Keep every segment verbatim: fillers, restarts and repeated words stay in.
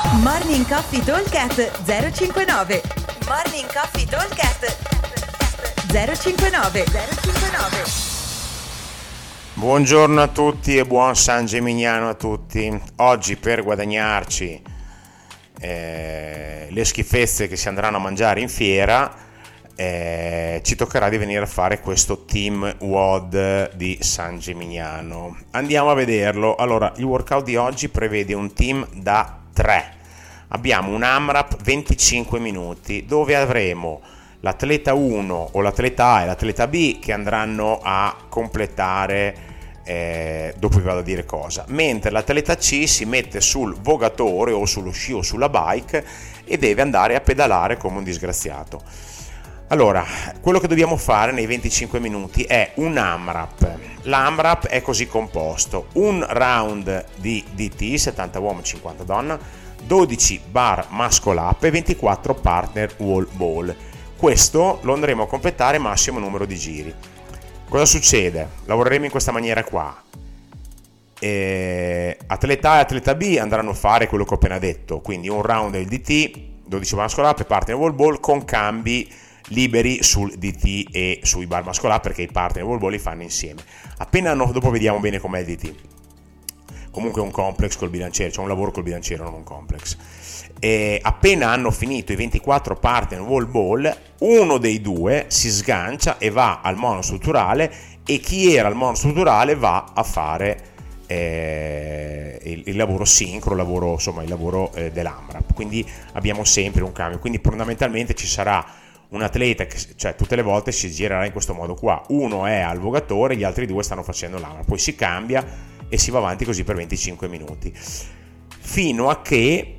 Morning Coffee Talkcast zero cinquantanove. Morning Coffee Talkcast zero cinquantanove. zero cinquantanove. Buongiorno a tutti e buon San Gimignano a tutti. Oggi per guadagnarci eh, le schifezze che si andranno a mangiare in fiera eh, ci toccherà di venire a fare questo team W O D di San Gimignano. Andiamo a vederlo. Allora, il workout di oggi prevede un team da tre. Abbiamo un AMRAP venticinque minuti dove avremo l'atleta uno o l'atleta A e l'atleta B che andranno a completare, eh, dopo vi vado a dire cosa, mentre l'atleta C si mette sul vogatore o sullo sci o sulla bike e deve andare a pedalare come un disgraziato. Allora, quello che dobbiamo fare nei venticinque minuti è un AMRAP. L'AMRAP è così composto: un round di D T, settanta uomo, cinquanta donna, dodici bar muscle up e ventiquattro partner wall ball. Questo lo andremo a completare massimo numero di giri. Cosa succede? Lavoreremo in questa maniera qua. E atleta A e atleta B andranno a fare quello che ho appena detto, quindi un round del D T, dodici bar muscle up e partner wall ball con cambi liberi sul D T e sui bar muscle up, perché i partner wall ball li fanno insieme. Appena hanno, dopo vediamo bene com'è il D T. Comunque è un complex col bilanciere, cioè un lavoro col bilanciere, non un complex. E appena hanno finito i ventiquattro partner wall ball, uno dei due si sgancia e va al monostrutturale, e chi era al monostrutturale va a fare eh, il, il lavoro sincro, il lavoro, insomma il lavoro eh, dell'AMRAP. Quindi abbiamo sempre un cambio. Quindi fondamentalmente ci sarà un atleta che, cioè, tutte le volte si girerà in questo modo qua: uno è al vogatore, gli altri due stanno facendo l'AMRAP, poi si cambia e si va avanti così per venticinque minuti, fino a che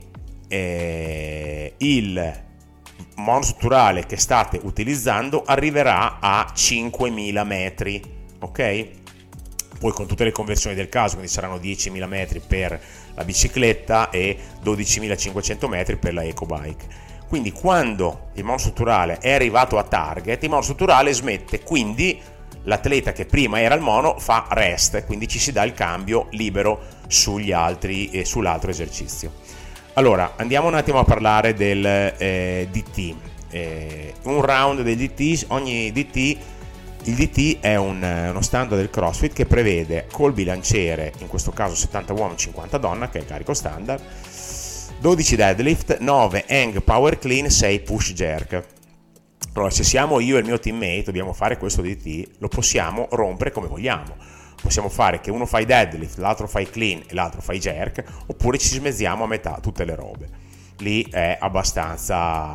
eh, il monostrutturale che state utilizzando arriverà a cinquemila metri, ok? Poi con tutte le conversioni del caso, quindi saranno diecimila metri per la bicicletta e dodicimilacinquecento metri per la ecobike. Quindi quando il monostrutturale è arrivato a target, il monostrutturale smette, quindi l'atleta che prima era al mono fa rest, quindi ci si dà il cambio libero sugli altri e sull'altro esercizio. Allora, andiamo un attimo a parlare del eh, D T. Eh, un round del D T, ogni D T, il D T è un, uno standard del CrossFit che prevede col bilanciere, in questo caso settanta uomo, cinquanta donna, che è il carico standard, dodici deadlift, nove hang power clean, sei push jerk. Allora, se siamo io e il mio teammate, dobbiamo fare questo D T, lo possiamo rompere come vogliamo. Possiamo fare che uno fa i deadlift, l'altro fa i clean e l'altro fa i jerk, oppure ci smezziamo a metà tutte le robe. Lì è abbastanza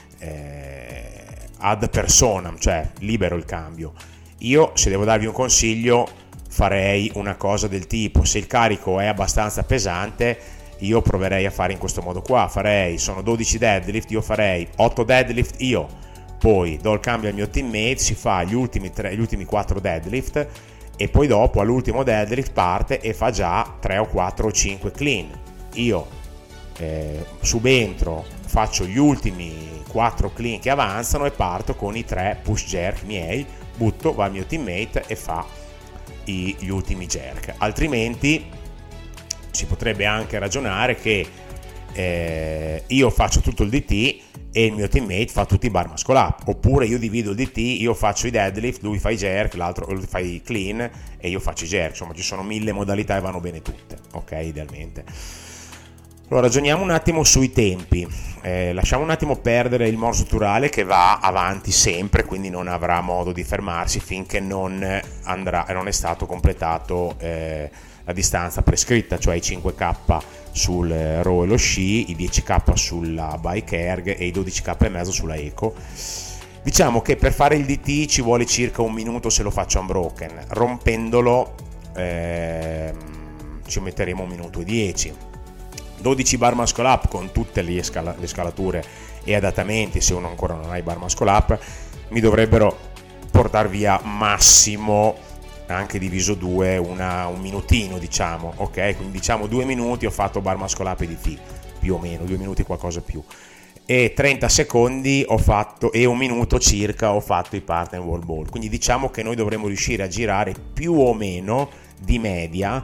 eh, ad personam, cioè libero il cambio. Io, se devo darvi un consiglio, farei una cosa del tipo: se il carico è abbastanza pesante, io proverei a fare in questo modo qua. Farei, sono dodici deadlift, io farei otto deadlift io, poi do il cambio al mio teammate, si fa gli ultimi, tre, gli ultimi quattro deadlift, e poi dopo all'ultimo deadlift parte e fa già tre o quattro o cinque clean. Io eh, subentro, faccio gli ultimi quattro clean che avanzano e parto con i tre push jerk miei, butto, va il mio teammate e fa i, gli ultimi jerk. Altrimenti si potrebbe anche ragionare che eh, io faccio tutto il D T e il mio teammate fa tutti i bar muscle up, oppure io divido il D T, io faccio i deadlift, lui fa i jerk, l'altro lui fa i clean e io faccio i jerk. Insomma, ci sono mille modalità e vanno bene tutte, ok, idealmente. Allora, ragioniamo un attimo sui tempi. Eh, lasciamo un attimo perdere il monostrutturale che va avanti sempre, quindi non avrà modo di fermarsi finché non andrà, non è stato completato eh, la distanza prescritta, cioè i cinque K sul row e lo sci, i dieci K sulla bike erg e i dodici K e mezzo sulla eco. Diciamo che per fare il D T ci vuole circa un minuto se lo faccio unbroken, rompendolo eh, ci metteremo un minuto e dieci. dodici bar muscle up con tutte le, scala, le scalature e adattamenti, se uno ancora non ha i bar muscle up, mi dovrebbero portare via massimo, anche diviso due, una, un minutino, diciamo, ok? Quindi diciamo due minuti ho fatto bar muscle up e D T, più o meno, due minuti qualcosa più, e trenta secondi ho fatto, e un minuto circa ho fatto i partner wall ball. Quindi diciamo che noi dovremmo riuscire a girare più o meno di media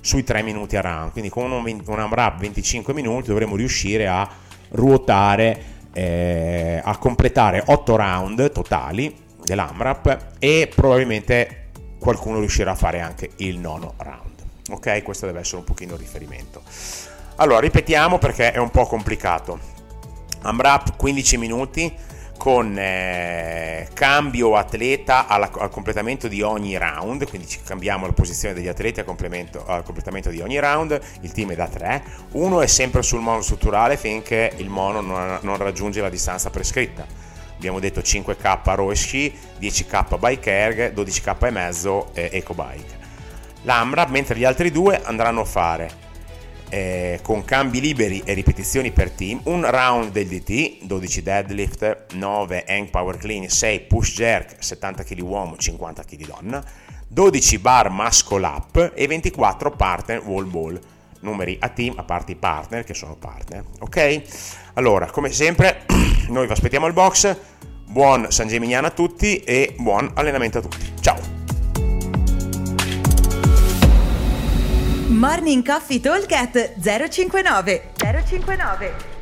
sui tre minuti a round, quindi con un, un AMRAP venticinque minuti dovremo riuscire a ruotare, eh, a completare otto round totali dell'AMRAP e probabilmente qualcuno riuscirà a fare anche il nono round. Ok, questo deve essere un pochino il riferimento. Allora ripetiamo perché è un po' complicato. AMRAP quindici minuti con eh, cambio atleta alla, al completamento di ogni round, quindi ci cambiamo la posizione degli atleti al, al completamento di ogni round. Il team è da tre, uno è sempre sul mono strutturale finché il mono non, non raggiunge la distanza prescritta. Abbiamo detto cinque K row e sci, dieci K bike erg, dodici K e mezzo eh, eco bike. L'AMRAP, mentre gli altri due andranno a fare Eh, con cambi liberi e ripetizioni per team un round del D T, dodici deadlift, nove hang power clean, sei push jerk, settanta chilogrammi uomo, cinquanta chilogrammi donna, dodici bar muscle up e ventiquattro partner wall ball, numeri a team a parte i partner che sono partner. Ok, allora come sempre noi vi aspettiamo al box. Buon San Gimignano a tutti e buon allenamento a tutti. Ciao. Morning Coffee Talk at zero cinquantanove zero cinquantanove